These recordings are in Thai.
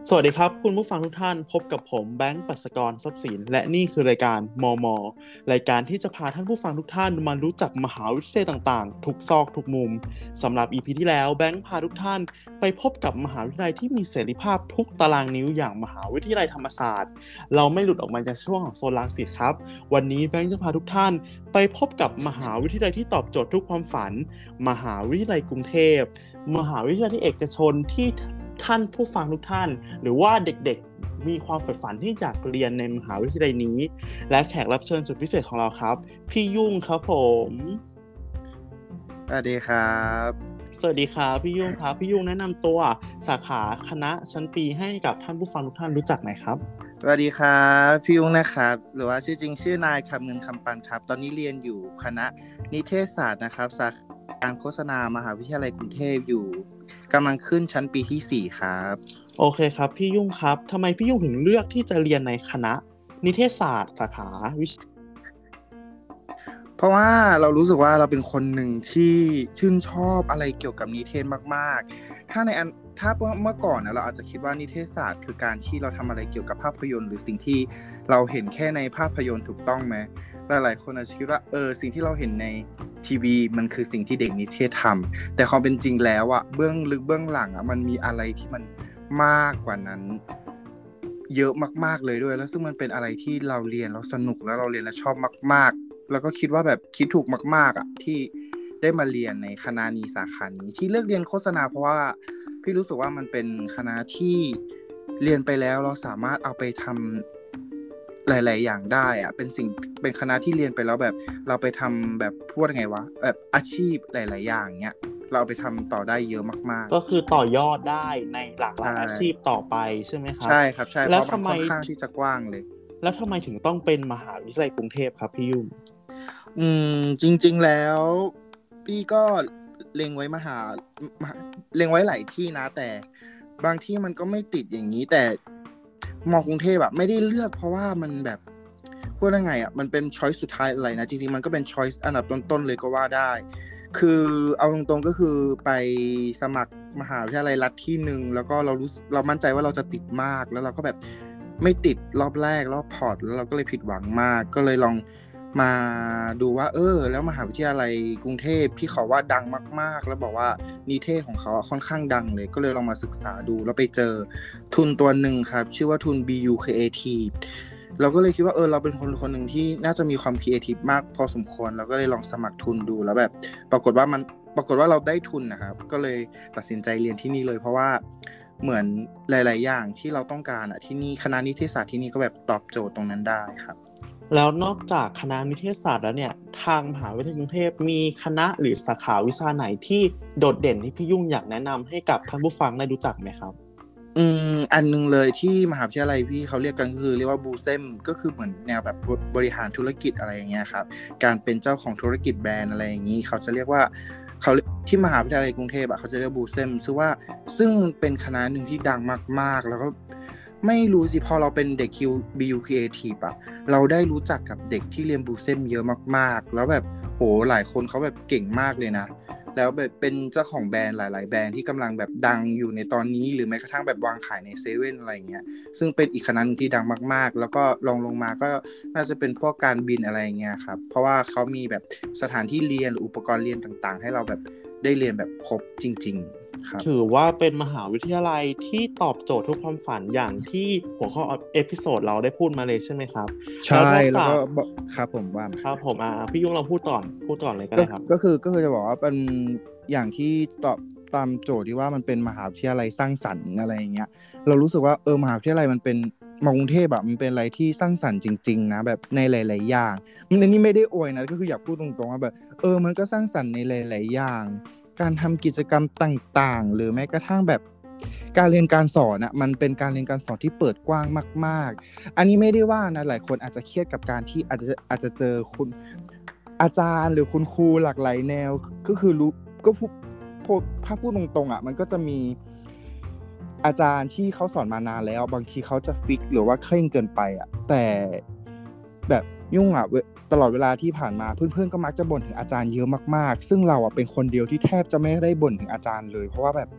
สวัสดีครับคุณผู้ฟังทุกท่านพบกับผมแบงค์ปัสกรทรัพย์สินและนี่คือรายการรายการที่จะพาท่านผู้ฟังทุกท่านมารู้จักมหาวิทยาลัยต่างๆทุกซอกทุกมุมสำหรับ EP ที่แล้วแบงค์พาทุกท่านไปพบกับมหาวิทยาลัยที่มีเสรีภาพทุกตารางนิ้วอย่างมหาวิทยาลัยธรรมศาสตร์เราไม่หลุดออกมาจากช่วงของโซนรังสิตครับวันนี้แบงค์จะพาทุกท่านไปพบกับมหาวิทยาลัยที่ตอบโจทย์ทุกความฝันมหาวิทยาลัยกรุงเทพมหาวิทยาลัยเอกชนที่ท่านผู้ฟังทุกท่านหรือว่าเด็กๆมีความใฝ่ฝันที่อยากเรียนในมหาวิทยาลัยนี้และแขกรับเชิญสุดพิเศษของเราครับพี่ยุ่งครับผมสวัสดีครับสวัสดีครับพี่ยุ่งครับพี่ยุ่งแนะนำตัวสาขาคณะชั้นปีให้กับท่านผู้ฟังทุกท่านรู้จักหน่อยครับสวัสดีครับพี่ยุ้งนะครับหรือว่าชื่อจริงชื่อนายคำเงินคำปันครับตอนนี้เรียนอยู่คณะนิเทศศาสตร์นะครับสาขาการโฆษณามหาวิทยาลัยกรุงเทพอยู่กำลังขึ้นชั้นปีที่4ครับโอเคครับพี่ยุ่งครับทำไมพี่ยุ่งถึงเลือกที่จะเรียนในคณะนิเทศศาสตร์สาขาเพราะว่าเรารู้สึกว่าเราเป็นคนหนึ่งที่ชื่นชอบอะไรเกี่ยวกับนิเทศมากๆถ้าเมื่อก่อนนะเราอาจจะคิดว่านิเทศศาสตร์คือการที่เราทำอะไรเกี่ยวกับภาพยนตร์หรือสิ่งที่เราเห็นแค่ในภาพยนตร์ถูกต้องไหมหลายๆคนอาจจะคิดว่าสิ่งที่เราเห็นในทีวีมันคือสิ่งที่เด็กนิเทศทำแต่ความเป็นจริงแล้วอะเบื้องลึกเบื้องหลังอะมันมีอะไรที่มันมากกว่านั้นเยอะมากๆเลยด้วยแล้วซึ่งมันเป็นอะไรที่เราเรียนแล้วสนุกแล้วเราเรียนแล้วชอบมากๆแล้วก็คิดว่าแบบคิดถูกมากๆอะที่ได้มาเรียนในคณะนี้สาขานี้ที่เลือกเรียนโฆษณาเพราะว่าพี่รู้สึกว่ามันเป็นคณะที่เรียนไปแล้วเราสามารถเอาไปทำหลายๆอย่างได้อะเป็นคณะที่เรียนไปแล้วแบบเราไปทำแบบพูดยังไงวะแบบอาชีพหลายๆอย่างเงี้ยเราเอาไปทำต่อได้เยอะมากก็คือต่อยอดได้ในหลากๆใช่หลายอาชีพต่อไปใช่ไหมครับใช่ครับใช่เพแล้วราะมันค่อนข้างที่จะกว้างเลยแล้วทำไมถึงต้องเป็นมหาวิทยาลัยกรุงเทพครับพี่ยุ่งจริงๆแล้วพี่ก็เล็งไว้เล็งไว้หลายที่นะแต่บางที่มันก็ไม่ติดอย่างนี้แต่มอกรุงเทพแบบไม่ได้เลือกเพราะว่ามันแบบพูดยังไงอ่ะมันเป็นช้อยส์สุดท้ายอะไรนะจริงๆมันก็เป็นช้อยส์อันดับต้นๆเลยก็ว่าได้คือเอาตรงๆก็คือไปสมัครมหาวิทยาลัยรัฐที่หนึ่งแล้วก็เรามั่นใจว่าเราจะติดมากแล้วเราก็แบบไม่ติดรอบแรกรอบพอร์ตแล้วเราก็เลยผิดหวังมากก็เลยลองมาดูว่าแล้วมหาวิทยาลัยกรุงเทพที่เขาว่าดังมากๆแล้วบอกว่านิเทศของเขาค่อนข้างดังเลยก็เลยลองมาศึกษาดูแล้วไปเจอทุนตัวหนึ่งครับชื่อว่าทุน BU Creative เราก็เลยคิดว่าเราเป็นคนหนึ่งที่น่าจะมีความครีเอทีฟมากพอสมควรเราก็เลยลองสมัครทุนดูแล้วแบบปรากฏว่าเราได้ทุนนะครับก็เลยตัดสินใจเรียนที่นี่เลยเพราะว่าเหมือนหลายๆอย่างที่เราต้องการอ่ะที่นี่คณะนิเทศศาสตร์ที่นี่ก็แบบตอบโจทย์ตรงนั้นได้ครับแล้วนอกจากคณะนิเทศศาสตร์แล้วเนี่ยทางมหาวิทยาลัยกรุงเทพมีคณะหรือสาขาวิชาไหนที่โดดเด่นที่พี่ยุ่งอยากแนะนำให้กับท่านผู้ฟังได้รู้จักไหมครับอันนึงเลยที่มหาวิทยาลัยพี่เขาเรียกกันก็คือเรียกว่าบูเซมก็คือเหมือนแนวแบบบริหารธุรกิจอะไรอย่างเงี้ยครับการเป็นเจ้าของธุรกิจแบรนด์อะไรอย่างงี้เขาจะเรียกว่าเขาที่มหาวิทยาลัยกรุงเทพเขาจะเรียกบูเซมซึ่งเป็นคณะหนึ่งที่ดังมากๆแล้วก็ไม่รู้สิพอเราเป็นเด็กBU Creative เราได้รู้จักกับเด็กที่เรียนบูเซมเยอะมากๆแล้วแบบโหหลายคนเขาแบบเก่งมากเลยนะแล้วแบบเป็นเจ้าของแบรนด์หลายๆแบรนด์ที่กำลังแบบดังอยู่ในตอนนี้หรือแม้กระทั่งแบบวางขายในเซเว่นอะไรเงี้ยซึ่งเป็นอีกคณะนึงที่ดังมากๆแล้วก็ลงมาก็น่าจะเป็นพวกการบินอะไรเงี้ยครับเพราะว่าเขามีแบบสถานที่เรียนหรืออุปกรณ์เรียนต่างๆให้เราแบบได้เรียนแบบครบจริงๆครับถือว่าเป็นมหาวิทยาลัยที่ตอบโจทย์ทุกความฝันอย่างที่หัวข้อเอพิโซดเราได้พูดมาเลยใช่ไหมครับใช่แล้วก็ครับผมว่าครับผมพี่ยุ่งเราพูดก่อนเลยก็ได้ครับก็คือจะบอกว่าเป็นอย่างที่ตอบตามโจทย์ที่ว่ามันเป็นมหาวิทยาลัยสร้างสรรค์อะไรอย่างเงี้ยเรารู้สึกว่ามหาวิทยาลัยมันเป็นมอกรุงเทพมันเป็นอะไรที่สร้างสรรค์จริงๆนะแบบในหลายๆอย่างอันนี้ไม่ได้อวยนะก็คืออยากพูดตรงๆว่าแบบมันก็สร้างสรรค์ในหลายๆอย่างการทำกิจกรรมต่างๆหรือแม้กระทั่งแบบการเรียนการสอนมันเป็นการเรียนการสอนที่เปิดกว้างมากๆอันนี้ไม่ได้ว่านะหลายคนอาจจะเครียดกับการที่อาจจะเจอคุณอาจารย์หรือคุณครูหลากหลายแนวก็คือก็ถ้าพูดตรงๆมันก็จะมีอาจารย์ที่เขาสอนมานานแล้วบางทีเขาจะฟิกหรือว่าเคร่งเกินไปแต่แบบยุ่งตลอดเวลาที่ผ่านมาเพื่อนๆก็มักจะบ่นถึงอาจารย์เยอะมากๆซึ่งเราเป็นคนเดียวที่แทบจะไม่ได้บ่นถึงอาจารย์เลยเพราะว่าแบบ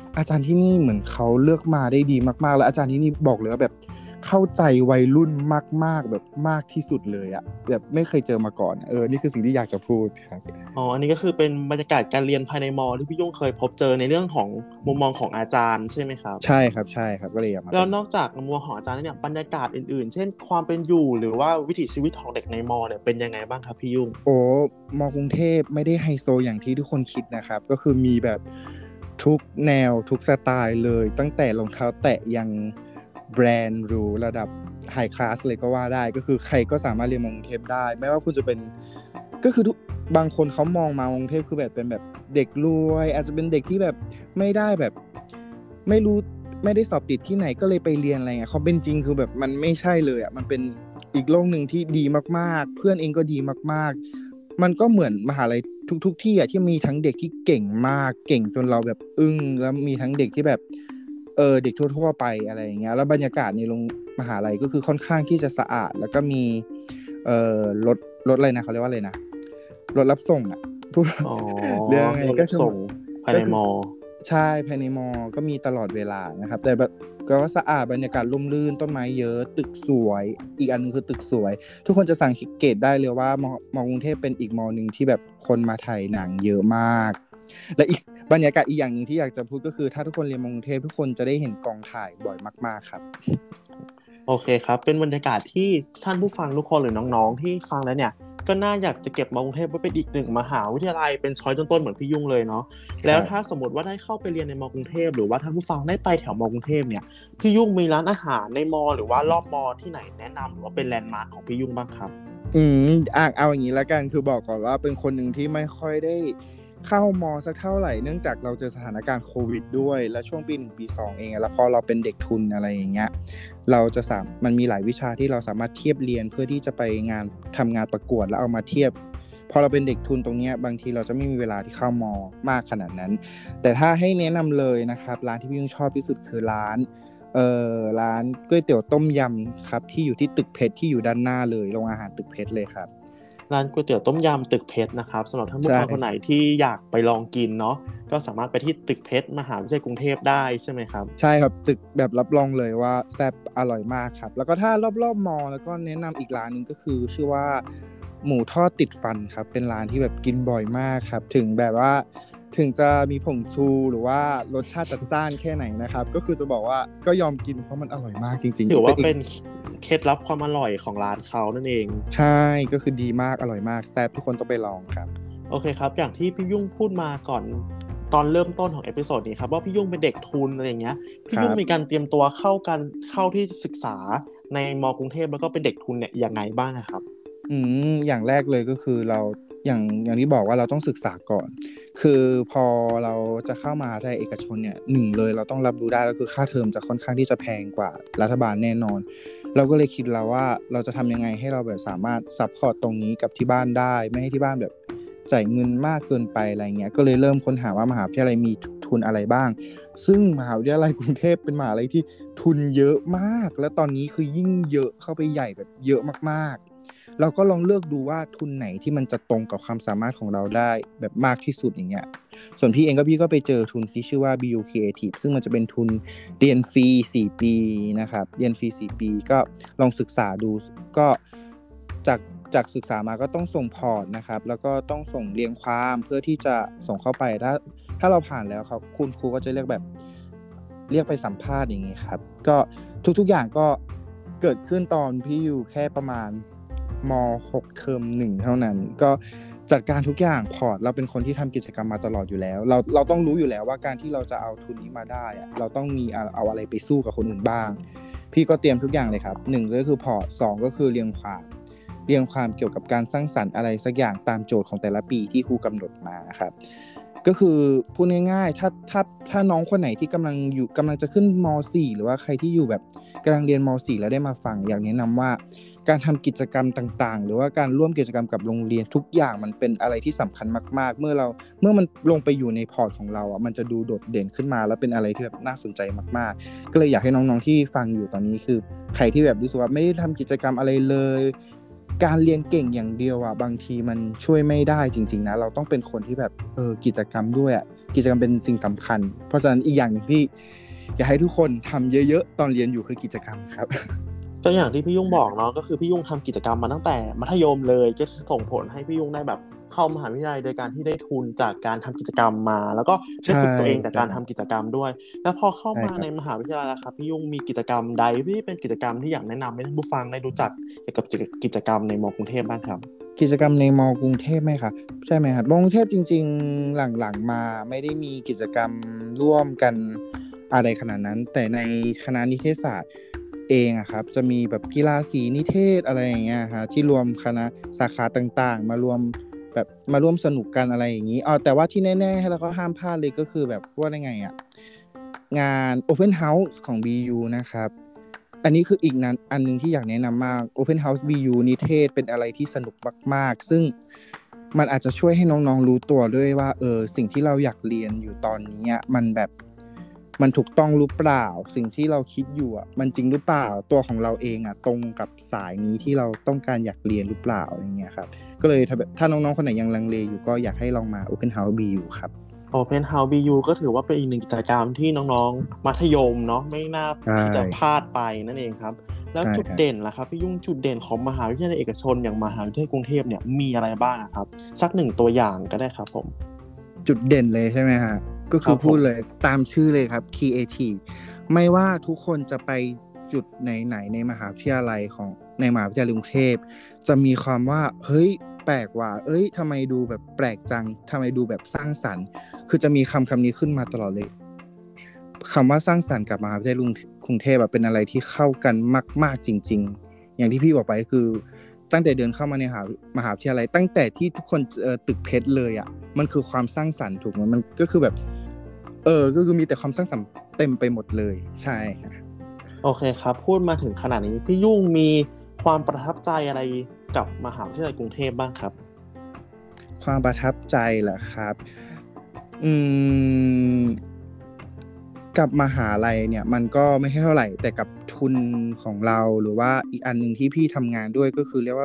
อาจารย์ที่นี่เหมือนเขาเลือกมาได้ดีมากๆแล้วอาจารย์ที่นี่บอกเลยว่าแบบเข้าใจวัยรุ่นมากๆแบบมากที่สุดเลยอะแบบไม่เคยเจอมาก่อนนี่คือสิ่งที่อยากจะพูดครับอ๋ออันนี้ก็คือเป็นบรรยากาศการเรียนภายในมอที่พี่ยุ่งเคยพบเจอในเรื่องของมุมมองของอาจารย์ใช่ไหมครับใช่ครับใช่ครับก็เลยอยากมาแล้วเป็นนอกจากมุมมองของอาจารย์แล้วเนี่ยบรรยากาศอื่นๆเช่นความเป็นอยู่หรือว่าวิถีชีวิตของเด็กในมอเนี่ยเป็นยังไงบ้างครับพี่ยุ่งโอ้มอกรุงเทพไม่ได้ไฮโซอย่างที่ทุกคนคิดนะครับก็คือมีแบบทุกแนวทุกสไตล์เลยตั้งแต่รองเท้าแตะยังแบรนด์หรูระดับไฮคลาสเลยก็ว่าได้ก็คือใครก็สามารถเรียนมอกรุงเทพได้ไม่ว่าคุณจะเป็นก็คือทุกบางคนเขามองมากรุงเทพคือแบบเป็นแบบเด็กรวยอาจจะเป็นเด็กที่แบบไม่ได้แบบไม่รู้ไม่ได้สอบติดที่ไหนก็เลยไปเรียนอะไรเงี้ยความเป็นจริงคือแบบมันไม่ใช่เลยอ่ะมันเป็นอีกโลกหนึ่งที่ดีมากๆเพื่อนเองก็ดีมากๆมันก็เหมือนมหาลัยทุกที่อ่ะที่มีทั้งเด็กที่เก่งมากเก่งจนเราแบบอึ้งแล้วมีทั้งเด็กที่แบบเด็กทั่วๆไปอะไรอย่างเงี้ยแล้วบรรยากาศในโรงมหาลัยก็คือค่อนข้างที่จะสะอาดแล้วก็มีเอ่อรถรถอะไรนะเขาเรียกว่าอะไรนะรถรับส่งอ่ะพูดอ๋อเรื่องไงก็คือรถรับส่งภายก็คือในมอใช่ภายในมอก็มีตลอดเวลานะครับแต่แบบก็สะอาดบรรยากาศร่มรื่นต้นไม้เยอะตึกสวยอีกอันนึงคือตึกสวยทุกคนจะสังเกตได้เลยว่ามอกรุงเทพเป็นอีกมอนึงที่แบบคนมาถ่ายหนังเยอะมากและอีกบรรยากาศอีกอย่างนึงที่อยากจะพูดก็คือถ้าทุกคนเรียนมอกรุงเทพทุกคนจะได้เห็นกองถ่ายบ่อยมากๆครับโอเคครับเป็นบรรยากาศที่ท่านผู้ฟังทุกคนหรือน้องๆที่ฟังแล้วเนี่ยก็น่าอยากจะเก็บมากรุงเทพไว้เป็นอีกหนึ่งมหาวิทยาลัยเป็นช้อยต้นๆเหมือนพี่ยุ่งเลยเนาะแล้วถ้าครับสมมติว่าได้เข้าไปเรียนในมอกรุงเทพหรือว่าท่านผู้ฟังได้ไปแถวมอกรุงเทพเนี่ยพี่ยุ่งมีร้านอาหารในมอหรือว่ารอบมอที่ไหนแนะนำหรือว่าเป็นแลนด์มาร์คของพี่ยุ่งบ้างครับอืเอาอย่างนี้แล้วกันคือบอกก่อนว่าเป็นคนหนึ่งที่ไม่ค่อยได้เข้ามอสักเท่าไหร่เนื่องจากเราเจอสถานการณ์โควิดด้วยและช่วงปี1ปี2เองแล้วพอเราเป็นเด็กทุนอะไรอย่างเงี้ยเราจะมันมีหลายวิชาที่เราสามารถเทียบเรียนเพื่อที่จะไปทำงานประกวดแล้วเอามาเทียบพอเราเป็นเด็กทุนตรงเนี้ยบางทีเราจะไม่มีเวลาที่เข้ามอมากขนาดนั้นแต่ถ้าให้แนะนำเลยนะครับร้านที่พี่ยุ่งชอบที่สุดคือร้านก๋วยเตี๋ยวต้มยำครับที่อยู่ที่ตึกเพชรที่อยู่ด้านหน้าเลยโรงอาหารตึกเพชรเลยครับร้านก๋วยเตี๋ยวต้มยำตึกเพชรนะครับสำหรับท่านผู้ใช่ฟังคนไหนที่อยากไปลองกินเนาะก็สามารถไปที่ตึกเพชรมหาวิทยาลัยกรุงเทพได้ใช่ไหมครับใช่ครับตึกแบบรับรองเลยว่าแซ่บอร่อยมากครับแล้วก็ถ้ารอบๆมอแล้วก็แนะนำอีกร้านนึงก็คือชื่อว่าหมูทอดติดฟันครับเป็นร้านที่แบบกินบ่อยมากครับถึงแบบว่าถึงจะมีผงชูหรือว่ารสชาติจัดจ้านแค่ไหนนะครับก็คือจะบอกว่าก็ยอมกินเพราะมันอร่อยมากจริงถือๆว่าเป็นเคล็ดลับความอร่อยของร้านเขานั่นเองใช่ก็คือดีมากอร่อยมากแซ่บทุกคนต้องไปลองครับโอเคครับอย่างที่พี่ยุ่งพูดมาก่อนตอนเริ่มต้นของเอพิโซดนี้ครับว่าพี่ยุ่งเป็นเด็กทุนอะไรอย่างเงี้ยคพี่ยุ่งมีรับการเตรียมตัวเข้าที่ศึกษาในมกรุงเทพแล้วก็เป็นเด็กทุนเนี่ยยังไงบ้างนะครับอย่างแรกเลยก็คือเราอย่างที่บอกว่าเราต้องศึกษาก่อนคือพอเราจะเข้ามหาวิทยาลัยเอกชนเนี่ยหนึ่งเลยเราต้องรับรู้ได้ก็คือค่าเทอมจะค่อนข้างที่จะแพงกว่ารัฐบาลแน่นอนเราก็เลยคิดแล้วว่าเราจะทำยังไงให้เราแบบสามารถซัพพอร์ตตรงนี้กับที่บ้านได้ไม่ให้ที่บ้านแบบจ่ายเงินมากเกินไปอะไรเงี้ยก็เลยเริ่มค้นหาว่ามหาวิทยาลัยมีทุนอะไรบ้างซึ่งมหาวิทยาลัยกรุงเทพเป็นมหาวิทยาลัยที่ทุนเยอะมากและตอนนี้คือยิ่งเยอะเข้าไปใหญ่แบบเยอะมากๆ เราก็ลองเลือกดูว่าทุนไหนที่มันจะตรงกับความสามารถของเราได้แบบมากที่สุดอย่างเงี้ยส่วนพี่ก็ไปเจอทุนที่ชื่อว่า BU Creative ซึ่งมันจะเป็นทุนเรียนฟรี4ปีนะครับเรียนฟรี4ปีก็ลองศึกษาดูก็จากจากศึกษามาก็ต้องส่งพอร์ตนะครับแล้วก็ต้องส่งเรียงความเพื่อที่จะส่งเข้าไปถ้าเราผ่านแล้วครับคุณครูก็จะเรียกไปสัมภาษณ์อย่างงี้ครับก็ทุกอย่างก็เกิดขึ้นตอนพี่อยู่แค่ประมาณม6เทอม1เท่านั้นก็จัดการทุกอย่างพอร์ตเราเป็นคนที่ทำกิจกรรมมาตลอดอยู่แล้วเราต้องรู้อยู่แล้วว่าการที่เราจะเอาทุนนี้มาได้อะเราต้องมีเอาอะไรไปสู้กับคนอื่นบ้างพี่ก็เตรียมทุกอย่างเลยครับ1ก็คือพอร์ต2ก็คือเรียงความเกี่ยวกับการสร้างสรรค์อะไรสักอย่างตามโจทย์ของแต่ละปีที่ครูกำหนดมาครับก็คือพูดง่ายๆถ้าน้องคนไหนที่กำลังจะขึ้นม.4 หรือว่าใครที่อยู่แบบกำลังเรียนม.4 แล้วได้มาฟังอยากแนะนำว่าการทำกิจกรรมต่างๆหรือว่าการร่วมกิจกรรมกับโรงเรียนทุกอย่างมันเป็นอะไรที่สำคัญมากๆเมื่อมันลงไปอยู่ในพอร์ตของเราอ่ะมันจะดูโดดเด่นขึ้นมาแล้วเป็นอะไรที่แบบน่าสนใจมากๆก็เลยอยากให้น้องๆที่ฟังอยู่ตอนนี้คือใครที่แบบรู้สึกว่าไม่ได้ทำกิจกรรมอะไรเลยการเรียนเก่งอย่างเดียวอ่ะบางทีมันช่วยไม่ได้จริงๆนะเราต้องเป็นคนที่แบบกิจกรรมด้วยอ่ะกิจกรรมเป็นสิ่งสำคัญเพราะฉะนั้นอีกอย่างหนึ่งที่อยากให้ทุกคนทำเยอะๆตอนเรียนอยู่คือกิจกรรมครับก็อย่างที่พี่ยุ่งบอกเนาะก็คือพี่ยุ่งทำกิจกรรมมาตั้งแต่มัธยมเลยก็ส่งผลให้พี่ยุ่งได้แบบเข้ามหาวิทยาลัยโดยการที่ได้ทุนจากการทำกิจกรรมมาแล้วก็ได้ใช่ฝึกตัวเองจากการครับทำกิจกรรมด้วยแล้วพอเข้าใช่ครับมาในมหาวิทยาลัยแล้วครับพี่ยุ่งมีกิจกรรมใดที่เป็นกิจกรรมที่อยากแนะนำให้ท่านผู้ฟังได้รู้จักเกี่ยวกับกิจกรรมในมกรุงเทพบ้างครับกิจกรรมในมกรุงเทพไหมครับใช่ไหมครับมกรุงเทพจริงๆหลังๆมาไม่ได้มีกิจกรรมร่วมกันอะไรขนาดนั้นแต่ในคณะนิเทศศาสตร์เองอะครับจะมีแบบกีฬาสีนิเทศอะไรอย่างเงี้ยครับที่รวมคณะสาขาต่างๆมารวมแบบมาร่วมสนุกกันอะไรอย่างนี้แต่ว่าที่แน่ๆแล้วก็ห้ามพลาดเลยก็คือแบบว่าได้ไงอะงาน Open House ของ BU นะครับอันนี้คืออีกนั้นอันนึงที่อยากแนะนำมาก Open House BU นิเทศเป็นอะไรที่สนุกมากๆซึ่งมันอาจจะช่วยให้น้องๆรู้ตัวด้วยว่าสิ่งที่เราอยากเรียนอยู่ตอนนี้มันแบบมันถูกต้องหรือเปล่าสิ่งที่เราคิดอยู่มันจริงหรือเปล่าตัวของเราเองตรงกับสายนี้ที่เราต้องการอยากเรียนหรือเปล่าอะไรเงี้ยครับก็เลยถ้าน้องๆคนไหนยังลังเลอยู่ก็อยากให้ลองมา Open House BU ครับ Open House BU ก็ถือว่าเป็นอีกหนึ่งกิจกรรมที่น้องๆมัธยมเนาะไม่น่าที่จะพลาดไปนั่นเองครับแล้วจุดเด่นล่ะครับพี่ยุ่งจุดเด่นของมหาวิทยาลัยเอกชนอย่างมหาวิทยาลัยกรุงเทพเนี่ยมีอะไรบ้างครับสักหนึ่งตัวอย่างก็ได้ครับผมจุดเด่นเลยใช่ไหมฮะก็คือพูดเลยตามชื่อเลยครับ Creative ไม่ว่าทุกคนจะไปจุดไหนในมหาวิทยาลัยของในมหาวิทยาลัยกรุงเทพจะมีความว่าเฮ้ยแปลกว่ะทำไมดูแบบแปลกจังทำไมดูแบบสร้างสรรค์คือจะมีคำนี้ขึ้นมาตลอดเลยคำว่าสร้างสรรค์กับมหาวิทยาลัยกรุงเทพเป็นอะไรที่เข้ากันมากๆจริงๆอย่างที่พี่บอกไปคือตั้งแต่เดินเข้ามาในมหาวิทยาลัยตั้งแต่ที่ทุกคนตึกเพชรเลยมันคือความสร้างสรรค์ถูกไหมมันก็คือแบบก็คือมีแต่ความสร้างสรรค์เต็มไปหมดเลยใช่โอเคครับพูดมาถึงขนาดนี้พี่ยุ่งมีความประทับใจอะไรกับมหาวิทยาลัยกรุงเทพบ้างครับความประทับใจเหรอครับอืมกับมหาลัยเนี่ยมันก็ไม่ใช่เท่าไหร่แต่กับทุนของเราหรือว่าอีกอันนึงที่พี่ทำงานด้วยก็คือเรียก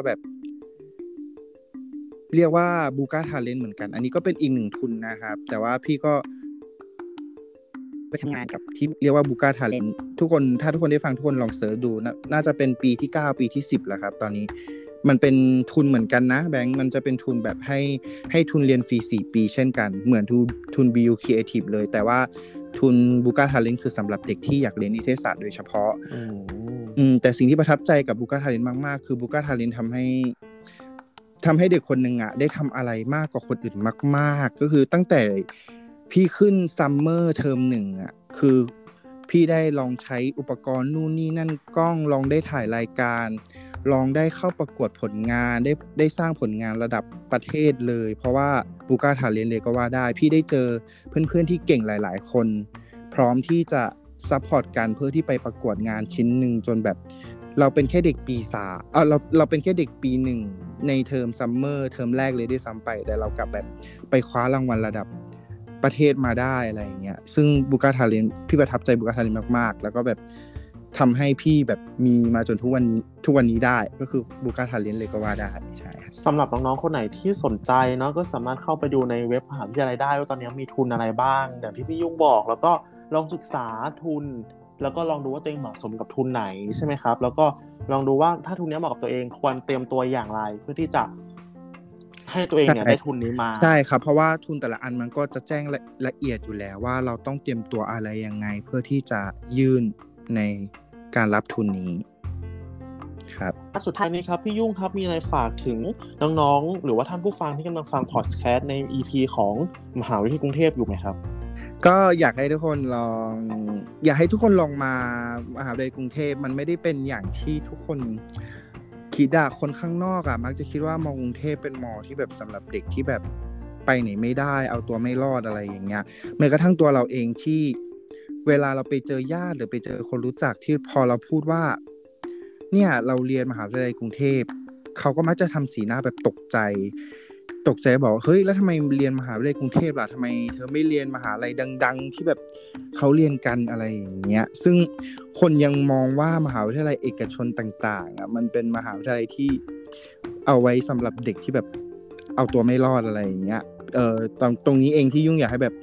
ว่าบูก้าทาเลนต์เหมือนกันอันนี้ก็เป็นอีกหนึ่งทุนนะครับแต่ว่าพี่ก็ไปทำงานกับที่เรียกว่าบูก้าทาเลนต์ถ้าทุกคนได้ฟังทุกคนลองเสิร์ชดูน่าจะเป็นปีที่9ปีที่10แล้วครับตอนนี้มันเป็นทุนเหมือนกันนะแบงค์มันจะเป็นทุนแบบให้ทุนเรียนฟรี4ปีเช่นกันเหมือนทุน BU Creative เลยแต่ว่าทุนบูก้าทาเลนต์คือสำหรับเด็กที่อยากเรียนนิเทศศาสตร์โดยเฉพาะแต่สิ่งที่ประทับใจกับบูก้าทาเลนต์มากๆคือบูก้าทาเลนต์ทำให้เด็กคนหนึ่งได้ทำอะไรมากกว่าคนอื่นมากๆก็คือตั้งแต่พี่ขึ้นซัมเมอร์เทอม1คือพี่ได้ลองใช้อุปกรณ์นู่นนี่นั่นกล้องลองได้ถ่ายรายการลองได้เข้าประกวดผลงานได้สร้างผลงานระดับประเทศเลยเพราะว่าบูก้าทาเลนต์เลยก็ว่าได้พี่ได้เจอเพื่อนๆที่เก่งหลายๆคนพร้อมที่จะซัพพอร์ตกันเพื่อที่ไปประกวดงานชิ้นหนึ่งจนแบบเราเป็นแค่เด็กปี3เราเป็นแค่เด็กปี1ในเทอมซัมเมอร์เทอมแรกเลยด้วยซ้ำไปแต่เรากลับแบบไปคว้ารางวัลระดับประเทศมาได้อะไรอย่างเงี้ยซึ่งบูก้าทาเลนต์พี่ประทับใจบูก้าทาเลนต์มากๆแล้วก็แบบทำให้พี่แบบมีมาจนทุกวันนี้ได้ก็คือบูก้าทาเลนต์เลยก็ว่าได้ใช่สำหรับน้องๆคนไหนที่สนใจเนาะก็สามารถเข้าไปดูในเว็บมหาวิทยาลัยได้ว่าตอนนี้มีทุนอะไรบ้างอย่างที่พี่ยุ่งบอกแล้วก็ลองศึกษาทุนแล้วก็ลองดูว่าตัวเองเหมาะสมกับทุนไหนใช่ไหมครับแล้วก็ลองดูว่าถ้าทุนนี้เหมาะกับตัวเองควรเตรียมตัวอย่างไรเพื่อที่จะให้ตัวเองเนี่ยได้ทุนนี้มาใช่ครับเพราะว่าทุนแต่ละอันมันก็จะแจ้งละเอียดอยู่แล้วว่าเราต้องเตรียมตัวอะไรยังไงเพื่อที่จะยื่นในการรับทุนนี้ครับสุดท้ายนี้ครับพี่ยุ่งครับมีอะไรฝากถึงน้องๆหรือว่าท่านผู้ฟังที่กำลังฟังพอดแคสต์ใน EP ของมหาวิทยาลัยกรุงเทพอยู่ไหมครับก็อยากให้ทุกคนลองมามหาวิทยาลัยกรุงเทพมันไม่ได้เป็นอย่างที่ทุกคนคิดคนข้างนอกมักจะคิดว่ามอกรุงเทพเป็นมอที่แบบสำหรับเด็กที่แบบไปไหนไม่ได้เอาตัวไม่รอดอะไรอย่างเงี้ยแม้กระทั่งตัวเราเองที่เวลาเราไปเจอญาติหรือไปเจอคนรู้จักที่พอเราพูดว่าเนี่ยเราเรียนมหาวิทยาลัยกรุงเทพเขาก็มักจะทำสีหน้าแบบตกใจบอกเฮ้ยแล้วทำไมเรียนมหาวิทยาลัยกรุงเทพล่ะทำไมเธอไม่เรียนมหาลัยดังๆที่แบบเขาเรียนกันอะไรอย่างเงี้ยซึ่งคนยังมองว่ามหาวิทยาลัยเอกชนต่างๆมันเป็นมหาวิทยาลัยที่เอาไว้สำหรับเด็กที่แบบเอาตัวไม่รอดอะไรอย่างเงี้ยตรงนี้เองที่ยุ่งอยากให้แบบ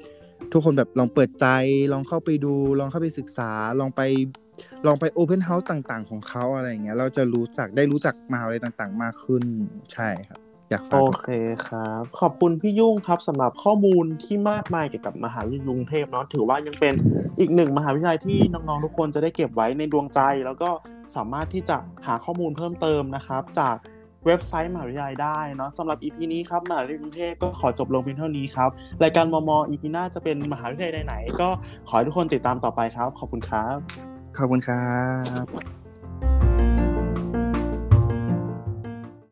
ทุกคนแบบลองเปิดใจลองเข้าไปดูลองเข้าไปศึกษาลองไปโอเพนเฮาส์ต่างๆของเขาอะไรอย่างเงี้ยเราจะได้รู้จักมหาวิทยาลัยต่างๆมากขึ้นใช่ครับอยากโอฝากกับเคครับขอบคุณพี่ยุ่งครับสำหรับข้อมูลที่มากมายเกี่ยวกับมหาวิทยาลัยกรุงเทพเนาะถือว่ายังเป็นอีกหนึ่งมหาวิทยาลัยที่น้องๆทุกคนจะได้เก็บไว้ในดวงใจแล้วก็สามารถที่จะหาข้อมูลเพิ่มเติมนะครับจากเว็บไซต์มหาวิทยาลัยได้เนาะสำหรับ EP นี้ครับมหาวิทยาลัยกรุงเทพก็ขอจบลงเพียงเท่านี้ครับรายการม EP หน้าจะเป็นมหาวิทยาลัยไหนๆก็ขอให้ทุกคนติดตามต่อไปครับขอบคุณครับขอบคุณครับ